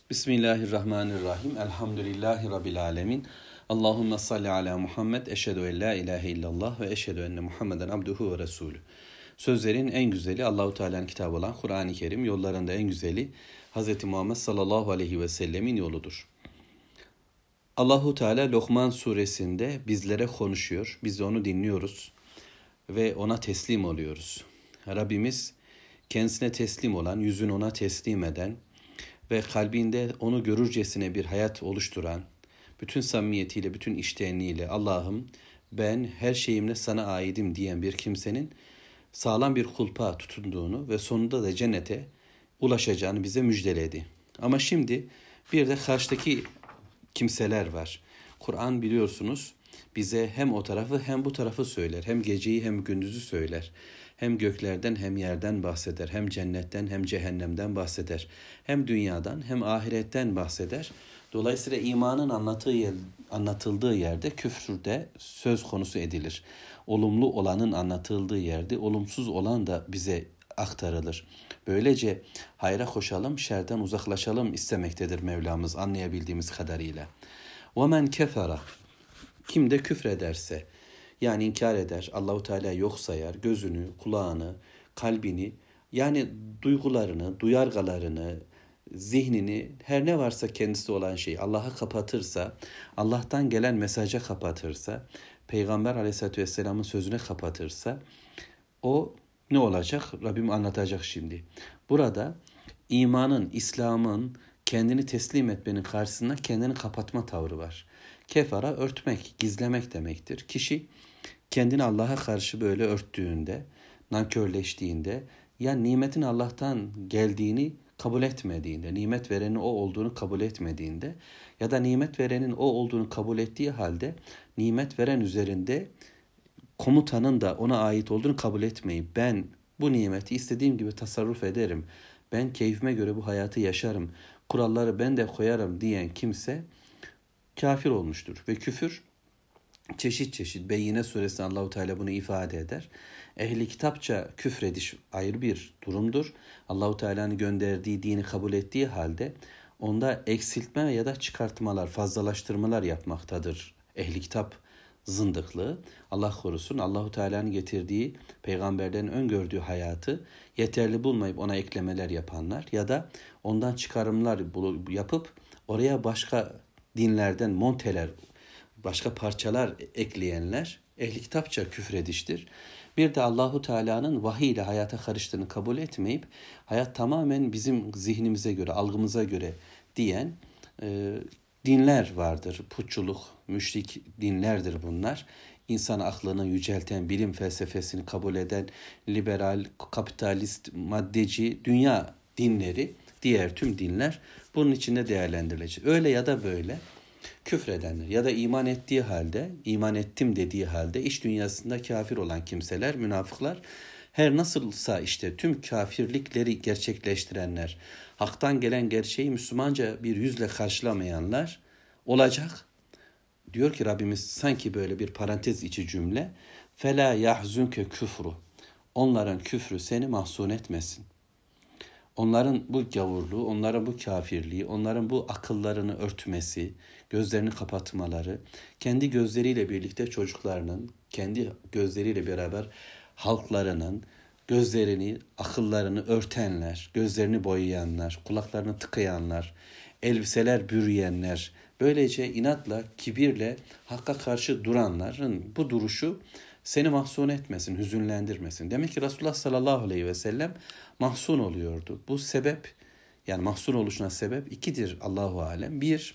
Bismillahirrahmanirrahim. Elhamdülillahi Rabbil alemin. Allahümme salli ala Muhammed. Eşhedü en la ilahe illallah ve eşhedü enne Muhammeden abduhu ve resulü. Sözlerin en güzeli Allahu Teala'nın kitabı olan Kur'an-ı Kerim, yollarında en güzeli Hz. Muhammed sallallahu aleyhi ve sellemin yoludur. Allahu Teala Lokman suresinde bizlere konuşuyor. Biz de onu dinliyoruz ve ona teslim oluyoruz. Rabbimiz kendisine teslim olan, yüzünü ona teslim eden ve kalbinde onu görürcesine bir hayat oluşturan, bütün samimiyetiyle, bütün içtenliğiyle Allah'ım ben her şeyimle sana aidim diyen bir kimsenin sağlam bir kulpa tutunduğunu ve sonunda da cennete ulaşacağını bize müjdeledi. Ama şimdi bir de karşıdaki kimseler var. Kur'an biliyorsunuz bize hem o tarafı hem bu tarafı söyler. Hem geceyi hem gündüzü söyler. Hem göklerden hem yerden bahseder. Hem cennetten hem cehennemden bahseder. Hem dünyadan hem ahiretten bahseder. Dolayısıyla imanın anlatıldığı yerde küfür de söz konusu edilir. Olumlu olanın anlatıldığı yerde olumsuz olan da bize aktarılır. Böylece hayra koşalım, şerden uzaklaşalım istemektedir Mevlamız anlayabildiğimiz kadarıyla. وَمَنْ كَفَرَ Kim de küfrederse, yani inkar eder, Allahu Teala yok sayar, gözünü, kulağını, kalbini, yani duygularını, duyargalarını, zihnini, her ne varsa kendisi olan şeyi Allah'a kapatırsa, Allah'tan gelen mesaja kapatırsa, Peygamber Aleyhisselatü Vesselam'ın sözüne kapatırsa, o ne olacak? Rabbim anlatacak şimdi. Burada imanın, İslam'ın, kendini teslim etmenin karşısında kendini kapatma tavrı var. Kefara örtmek, gizlemek demektir. Kişi kendini Allah'a karşı böyle örttüğünde, nankörleştiğinde, ya nimetin Allah'tan geldiğini kabul etmediğinde, nimet verenin o olduğunu kabul etmediğinde ya da nimet verenin o olduğunu kabul ettiği halde nimet veren üzerinde komutanın da ona ait olduğunu kabul etmeyip ben bu nimeti istediğim gibi tasarruf ederim, ben keyfime göre bu hayatı yaşarım, kuralları ben de koyarım diyen kimse kafir olmuştur. Ve küfür çeşit çeşit. Beyyine suresinde Allahu Teala bunu ifade eder. Ehli kitapça küfrediş ayrı bir durumdur. Allahu Teala'nın gönderdiği dini kabul ettiği halde onda eksiltme ya da çıkartmalar, fazlalaştırmalar yapmaktadır. Ehli kitap zındıklığı. Allah korusun, Allahu Teala'nın getirdiği, peygamberlerin öngördüğü hayatı yeterli bulmayıp ona eklemeler yapanlar ya da ondan çıkarımlar yapıp oraya başka dinlerden monteler, başka parçalar ekleyenler ehli kitapça küfrediştir. Bir de Allahu Teala'nın vahiy ile hayata karıştığını kabul etmeyip hayat tamamen bizim zihnimize göre, algımıza göre diyen dinler vardır. Putçuluk, müşrik dinlerdir bunlar. İnsan aklını yücelten, bilim felsefesini kabul eden, liberal, kapitalist, maddeci, dünya dinleri, diğer tüm dinler bunun içinde değerlendirilecek. Öyle ya da böyle küfredenler ya da iman ettiği halde, iman ettim dediği halde iç dünyasında kafir olan kimseler, münafıklar, her nasılsa işte tüm kafirlikleri gerçekleştirenler, haktan gelen gerçeği Müslümanca bir yüzle karşılamayanlar olacak. Diyor ki Rabbimiz sanki böyle bir parantez içi cümle. فَلَا يَحْزُنْكَ küfru. Onların küfrü seni mahzun etmesin. Onların bu gavurluğu, onların bu kafirliği, onların bu akıllarını örtmesi, gözlerini kapatmaları, kendi gözleriyle birlikte çocuklarının, kendi gözleriyle beraber halklarının gözlerini, akıllarını örtenler, gözlerini boyayanlar, kulaklarını tıkayanlar, elbiseler bürüyenler, böylece inatla, kibirle hakka karşı duranların bu duruşu seni mahzun etmesin, hüzünlendirmesin. Demek ki Resulullah sallallahu aleyhi ve sellem mahzun oluyordu. Bu sebep, yani mahzun oluşuna sebep ikidir Allahu alem. Bir,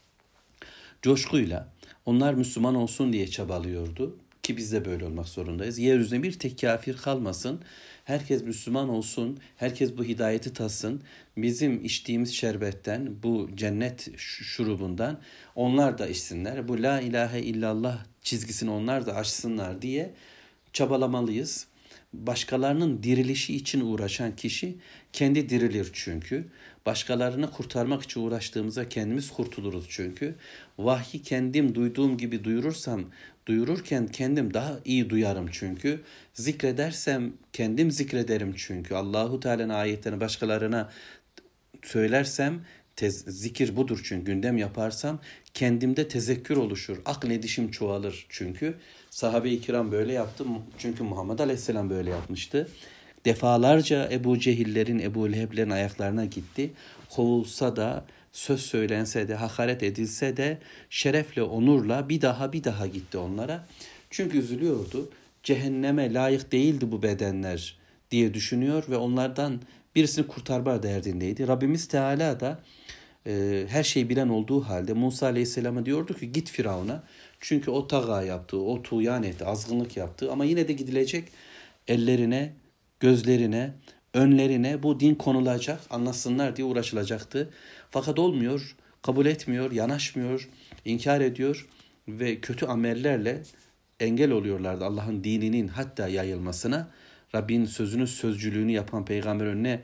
coşkuyla onlar Müslüman olsun diye çabalıyordu ki biz de böyle olmak zorundayız. Yeryüzünde bir tek kafir kalmasın, herkes Müslüman olsun, herkes bu hidayeti tatsın, bizim içtiğimiz şerbetten, bu cennet şurubundan onlar da içsinler, bu la ilahe illallah çizgisini onlar da aşsınlar diye çabalamalıyız. Başkalarının dirilişi için uğraşan kişi kendi dirilir çünkü. Başkalarını kurtarmak için uğraştığımızda kendimiz kurtuluruz çünkü. Vahyi kendim duyduğum gibi duyururken kendim daha iyi duyarım çünkü. Zikredersem kendim zikrederim çünkü. Allahu Teala'nın ayetlerini başkalarına söylersem zikir budur çünkü gündem yaparsam kendimde tezekkür oluşur. Akledişim çoğalır çünkü. Sahabe-i kiram böyle yaptı. Çünkü Muhammed Aleyhisselam böyle yapmıştı. Defalarca Ebu Cehillerin, Ebu Leheb'lerin ayaklarına gitti. Kovulsa da, söz söylense de, hakaret edilse de şerefle, onurla bir daha gitti onlara. Çünkü üzülüyordu. Cehenneme layık değildi bu bedenler diye düşünüyor ve onlardan birisini kurtarma derdindeydi. Rabbimiz Teala da her şeyi bilen olduğu halde Musa Aleyhisselam'a diyordu ki git Firavun'a. Çünkü o taga yaptı, o tuğyan etti, azgınlık yaptı ama yine de gidilecek, ellerine, gözlerine, önlerine bu din konulacak, anlasınlar diye uğraşılacaktı. Fakat olmuyor, kabul etmiyor, yanaşmıyor, inkar ediyor ve kötü amellerle engel oluyorlardı Allah'ın dininin hatta yayılmasına. Rabbin sözcülüğünü yapan peygamber önüne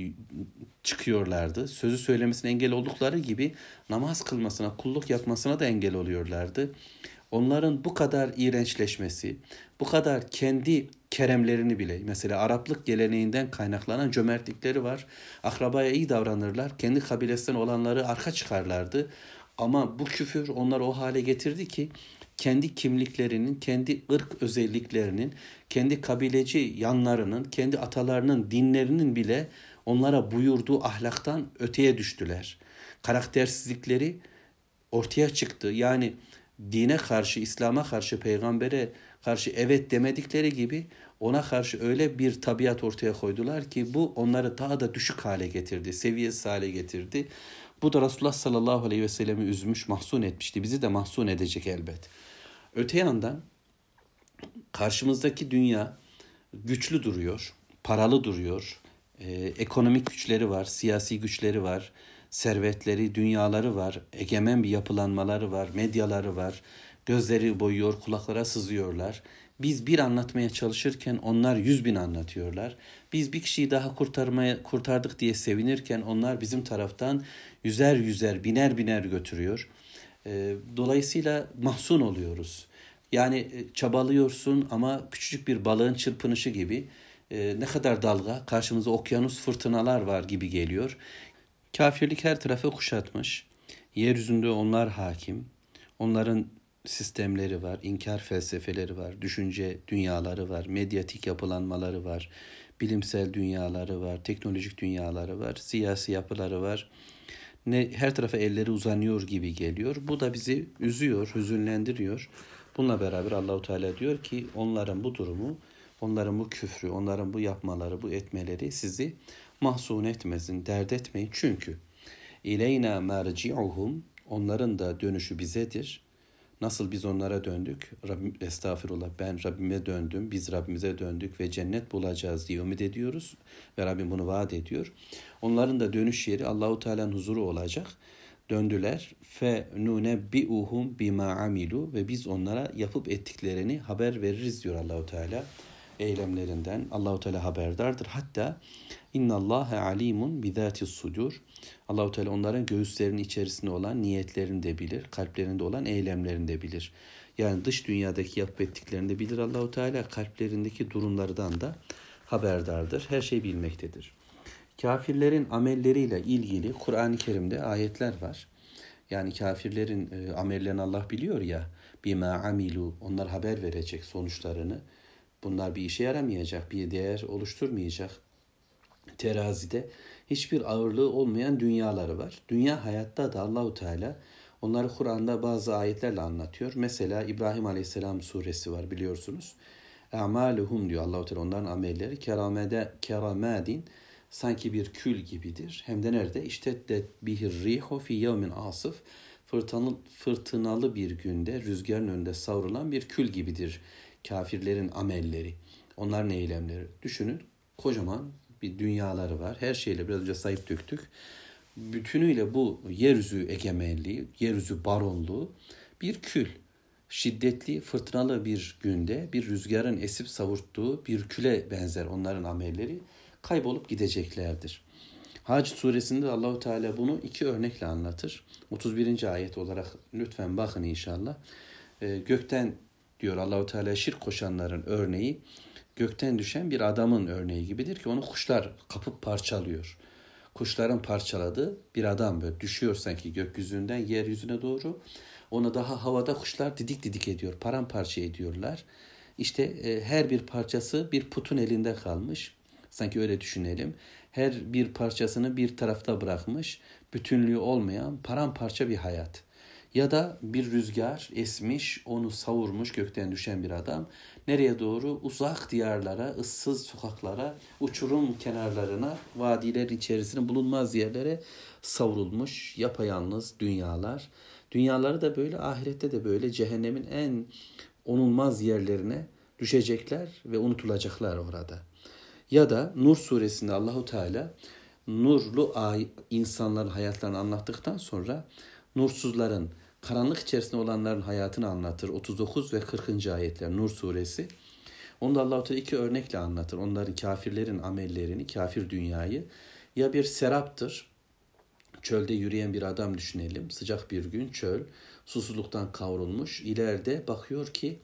çıkıyorlardı. Sözü söylemesine engel oldukları gibi namaz kılmasına, kulluk yapmasına da engel oluyorlardı. Onların bu kadar iğrençleşmesi, bu kadar kendi keremlerini bile, mesela Araplık geleneğinden kaynaklanan cömertlikleri var. Akrabaya iyi davranırlar, kendi kabilesinden olanları arka çıkarlardı. Ama bu küfür onları o hale getirdi ki kendi kimliklerinin, kendi ırk özelliklerinin, kendi kabileci yanlarının, kendi atalarının dinlerinin bile onlara buyurduğu ahlaktan öteye düştüler. Karaktersizlikleri ortaya çıktı. Yani dine karşı, İslam'a karşı, peygambere karşı evet demedikleri gibi ona karşı öyle bir tabiat ortaya koydular ki bu onları daha da düşük hale getirdi, seviyesiz hale getirdi. Bu da Resulullah sallallahu aleyhi ve sellem'i üzmüş, mahzun etmişti. Bizi de mahzun edecek elbet. Öte yandan karşımızdaki dünya güçlü duruyor, paralı duruyor, ekonomik güçleri var, siyasi güçleri var, servetleri, dünyaları var, egemen bir yapılanmaları var, medyaları var, gözleri boyuyor, kulaklara sızıyorlar. Biz bir anlatmaya çalışırken onlar 100.000 anlatıyorlar. Biz bir kişiyi daha kurtardık diye sevinirken onlar bizim taraftan yüzer, biner götürüyor. Dolayısıyla mahzun oluyoruz. Yani çabalıyorsun ama küçücük bir balığın çırpınışı gibi ne kadar dalga, karşımıza okyanus fırtınalar var gibi geliyor. Kafirlik her tarafı kuşatmış. Yeryüzünde onlar hakim. Onların sistemleri var, inkar felsefeleri var, düşünce dünyaları var, medyatik yapılanmaları var, bilimsel dünyaları var, teknolojik dünyaları var, siyasi yapıları var. Her tarafa elleri uzanıyor gibi geliyor. Bu da bizi üzüyor, hüzünlendiriyor. Bununla beraber Allahu Teala diyor ki onların bu durumu, onların bu küfrü, onların bu yapmaları, bu etmeleri sizi mahzun etmesin, dert etmeyin. Çünkü İleyna merci'uhum, onların da dönüşü bizedir. Nasıl biz onlara döndük? Estağfirullah, ben Rabbime döndüm, biz Rabbimize döndük ve cennet bulacağız diye ümit ediyoruz. Ve Rabbim bunu vaat ediyor. Onların da dönüş yeri Allahu Teala'nın huzuru olacak. Döndüler. Fe nunebbi'uhum bima amilu, ve biz onlara yapıp ettiklerini haber veririz diyor Allahu Teala. Eylemlerinden Allahu Teala haberdardır. Hatta innallâhe alimun bizâtis sudur. Allahu Teala onların göğüslerinin içerisinde olan niyetlerini de bilir, kalplerinde olan eylemlerini de bilir. Yani dış dünyadaki yapıp ettiklerini de bilir Allahu Teala, kalplerindeki durumlardan da haberdardır. Her şeyi bilmektedir. Kafirlerin amelleriyle ilgili Kur'an-ı Kerim'de ayetler var. Yani kafirlerin amellerini Allah biliyor ya, bima amilu, onlar haber verecek sonuçlarını. Bunlar bir işe yaramayacak, bir değer oluşturmayacak. Terazide hiçbir ağırlığı olmayan dünyaları var. Dünya hayatta da Allahu Teala onları Kur'an'da bazı ayetlerle anlatıyor. Mesela İbrahim Aleyhisselam suresi var, biliyorsunuz. A'maluhum diyor Allahu Teala, onların amelleri keramadin, sanki bir kül gibidir. Hem de nerede? İşteddet bihir rihu fi yevmin asif, fırtınalı bir günde rüzgarın önünde savrulan bir kül gibidir kafirlerin amelleri. Onların eylemleri. Düşünün, kocaman bir dünyaları var. Her şeyle biraz önce sayıp döktük. Bütünüyle bu yeryüzü egemenliği, yeryüzü baronluğu bir kül. Şiddetli, fırtınalı bir günde bir rüzgarın esip savurttuğu bir küle benzer onların amelleri, kaybolup gideceklerdir. Hac suresinde Allahu Teala bunu iki örnekle anlatır. 31. ayet olarak lütfen bakın inşallah. Gökten diyor Allahu Teala, şirk koşanların örneği gökten düşen bir adamın örneği gibidir ki onu kuşlar kapıp parçalıyor. kuşların parçaladığı bir adam böyle düşüyor sanki gökyüzünden yeryüzüne doğru. Ona daha havada kuşlar didik didik ediyor, paramparça ediyorlar. İşte her bir parçası bir putun elinde kalmış. Sanki öyle düşünelim. Her bir parçasını bir tarafta bırakmış, bütünlüğü olmayan paramparça bir hayat. Ya da bir rüzgar esmiş, onu savurmuş gökten düşen bir adam. Nereye doğru? Uzak diyarlara, ıssız sokaklara, uçurum kenarlarına, vadiler içerisinde bulunmaz yerlere savrulmuş yapayalnız dünyalar. Dünyaları da böyle, ahirette de böyle cehennemin en onulmaz yerlerine düşecekler ve unutulacaklar orada. Ya da Nur suresinde Allahu Teala nurlu insanların hayatlarını anlattıktan sonra nursuzların, karanlık içerisinde olanların hayatını anlatır. 39 ve 40. ayetler Nur suresi. Onda Allahu Teala iki örnekle anlatır. Onların, kafirlerin amellerini, kafir dünyayı. Ya bir seraptır. Çölde yürüyen bir adam düşünelim. Sıcak bir gün çöl, susuzluktan kavrulmuş. İleride bakıyor ki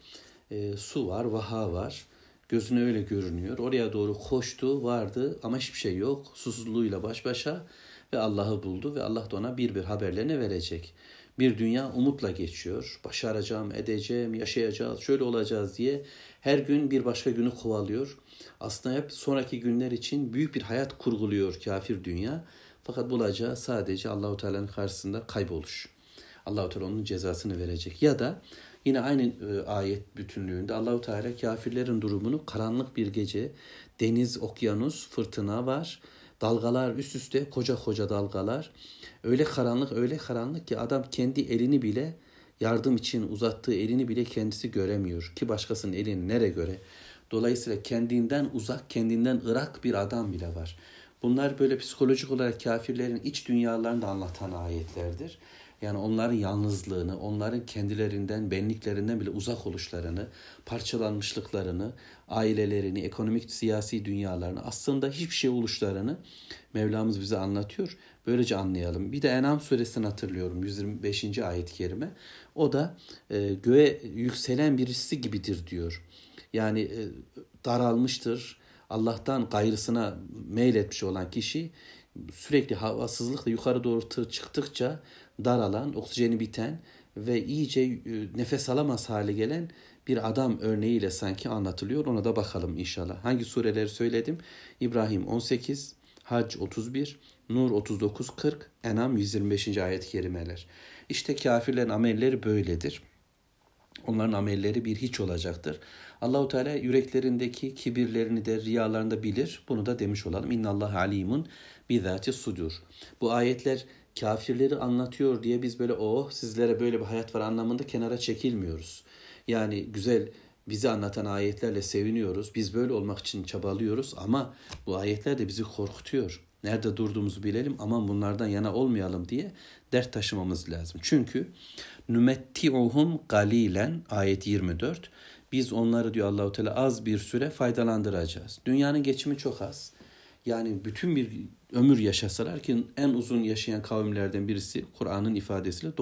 su var, vaha var. Gözüne öyle görünüyor. Oraya doğru koştu, vardı ama hiçbir şey yok. Susuzluğuyla baş başa ve Allah'ı buldu ve Allah da ona bir bir haberlerini verecek. Bir dünya umutla geçiyor. Başaracağım, edeceğim, yaşayacağız, şöyle olacağız diye her gün bir başka günü kovalıyor. Aslında hep sonraki günler için büyük bir hayat kurguluyor kafir dünya. Fakat bulacağı sadece Allahu Teala'nın karşısında kayboluş. Allahu Teala onun cezasını verecek. Ya da yine aynı ayet bütünlüğünde Allahu Teala kafirlerin durumunu karanlık bir gece, deniz, okyanus, fırtına var. Dalgalar üst üste, koca koca dalgalar. Öyle karanlık ki adam kendi elini bile, yardım için uzattığı elini bile kendisi göremiyor. Ki başkasının elini nereye göre? Dolayısıyla kendinden uzak, kendinden ırak bir adam bile var. Bunlar böyle psikolojik olarak kafirlerin iç dünyalarını da anlatan ayetlerdir. Yani onların yalnızlığını, onların kendilerinden, benliklerinden bile uzak oluşlarını, parçalanmışlıklarını, ailelerini, ekonomik, siyasi dünyalarını, aslında hiçbir şey oluşlarını Mevlamız bize anlatıyor. Böylece anlayalım. Bir de En'am suresini hatırlıyorum, 125. ayet-i kerime. O da göğe yükselen birisi gibidir diyor. Yani daralmıştır, Allah'tan gayrısına meyletmiş olan kişi sürekli havasızlıkla yukarı doğru çıktıkça daralan, oksijeni biten ve iyice nefes alamaz hale gelen bir adam örneğiyle sanki anlatılıyor. Ona da bakalım inşallah. Hangi sureleri söyledim? İbrahim 18, Hac 31, Nur 39-40, En'am 125. ayet-i kerimeler. İşte kafirlerin amelleri böyledir. Onların amelleri bir hiç olacaktır. Allahu Teala yüreklerindeki kibirlerini de riyalarını da bilir. Bunu da demiş olalım. İnnallahu alimun bizati sudur. Bu ayetler kafirleri anlatıyor diye biz böyle sizlere böyle bir hayat var anlamında kenara çekilmiyoruz. Yani güzel bizi anlatan ayetlerle seviniyoruz. Biz böyle olmak için çabalıyoruz ama bu ayetler de bizi korkutuyor. Nerede durduğumuzu bilelim, aman bunlardan yana olmayalım diye dert taşımamız lazım. Çünkü nümetti'uhum galilen ayet 24. Biz onları diyor Allahu Teala az bir süre faydalandıracağız. Dünyanın geçimi çok az. Yani bütün bir ömür yaşasalar ki en uzun yaşayan kavimlerden birisi Kur'an'ın ifadesiyle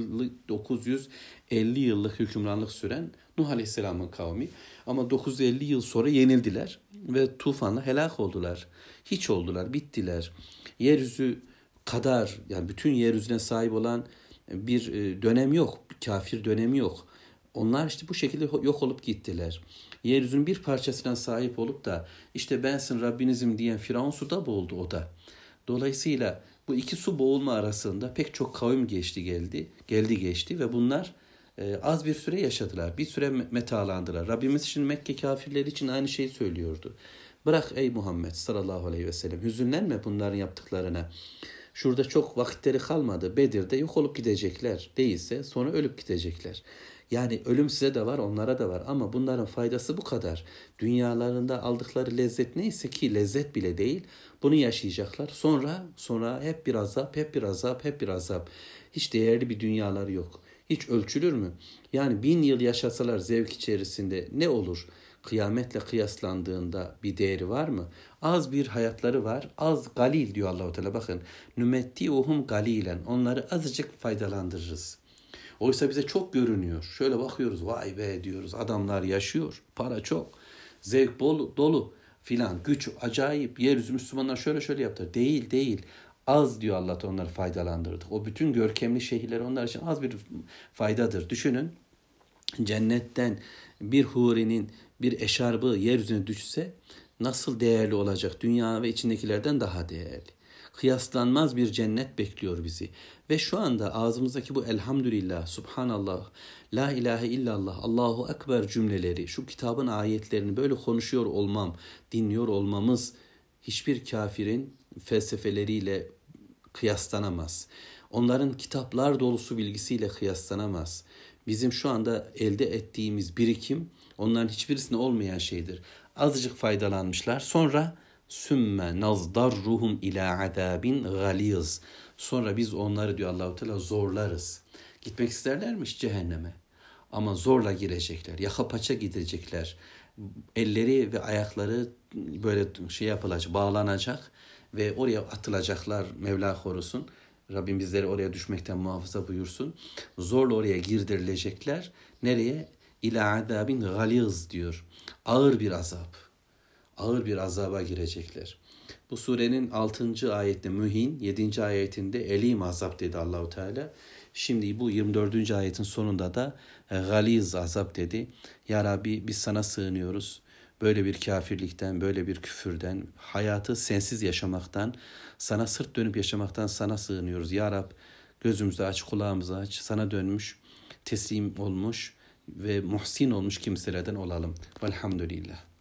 950 yıllık hükümranlık süren Nuh Aleyhisselam'ın kavmi. Ama 950 yıl sonra yenildiler ve tufanla helak oldular. Hiç oldular, bittiler. Yeryüzü kadar yani bütün yeryüzüne sahip olan bir dönem yok, kafir dönemi yok. Onlar işte bu şekilde yok olup gittiler. Yeryüzünün bir parçasına sahip olup da işte bensin Rabbinizim diyen Firavun suda boğuldu o da. Dolayısıyla bu iki su boğulma arasında pek çok kavim geldi geçti ve bunlar az bir süre yaşadılar. Bir süre metalandılar. Rabbimiz şimdi Mekke kafirleri için aynı şeyi söylüyordu. Bırak ey Muhammed sallallahu aleyhi ve sellem, hüzünlenme bunların yaptıklarına. Şurada çok vakitleri kalmadı. Bedir'de yok olup gidecekler. Değilse sonra ölüp gidecekler. Yani ölüm size de var, onlara da var ama bunların faydası bu kadar. Dünyalarında aldıkları lezzet neyse ki lezzet bile değil. Bunu yaşayacaklar. Sonra hep bir azap. Hiç değerli bir dünyaları yok. Hiç ölçülür mü? Yani 1000 yıl yaşasalar zevk içerisinde ne olur? Kıyametle kıyaslandığında bir değeri var mı? Az bir hayatları var. Az galil diyor Allah-u Teala. Bakın. Nümetti'uhum galilen. Onları azıcık faydalandırırız. Oysa bize çok görünüyor. Şöyle bakıyoruz. Vay be diyoruz. Adamlar yaşıyor. Para çok. Zevk dolu. filan, güç, acayip, yeryüzü Müslümanlar şöyle şöyle yaptı. Değil, değil. Az diyor Allah da onları faydalandırdık. O bütün görkemli şehirler onlar için az bir faydadır. Düşünün, cennetten bir hurinin bir eşarbı yeryüzüne düşse nasıl değerli olacak? Dünya ve içindekilerden daha değerli. Kıyaslanmaz bir cennet bekliyor bizi. Ve şu anda ağzımızdaki bu elhamdülillah, subhanallah, la ilahe illallah, Allahu Ekber cümleleri, şu kitabın ayetlerini böyle konuşuyor olmam, dinliyor olmamız hiçbir kafirin felsefeleriyle kıyaslanamaz. Onların kitaplar dolusu bilgisiyle kıyaslanamaz. Bizim şu anda elde ettiğimiz birikim onların hiçbirisinde olmayan şeydir. Azıcık faydalanmışlar. Sonra sümme nazdarruhum ila azabin galiz. Sonra biz onları diyor Allahu Teala zorlarız. Gitmek isterlermiş cehenneme. Ama zorla girecekler. Yaka paça gidecekler. Elleri ve ayakları böyle şey yapılacak, bağlanacak ve oraya atılacaklar. Mevla korusun. Rabbim bizleri oraya düşmekten muhafaza buyursun. Zorla oraya girdirilecekler. Nereye? İlâ azâbin galiz diyor. Ağır bir azap. Ağır bir azaba girecekler. Bu surenin 6. ayette mühin, 7. ayetinde elim azap dedi Allahu Teala. Şimdi bu 24. ayetin sonunda da galiz azap dedi. Ya Rabbi biz sana sığınıyoruz. Böyle bir kafirlikten, böyle bir küfürden, hayatı sensiz yaşamaktan, sana sırt dönüp yaşamaktan sana sığınıyoruz. Ya Rab gözümüzü aç, kulağımızı aç, sana dönmüş, teslim olmuş ve muhsin olmuş kimselerden olalım. Velhamdülillah.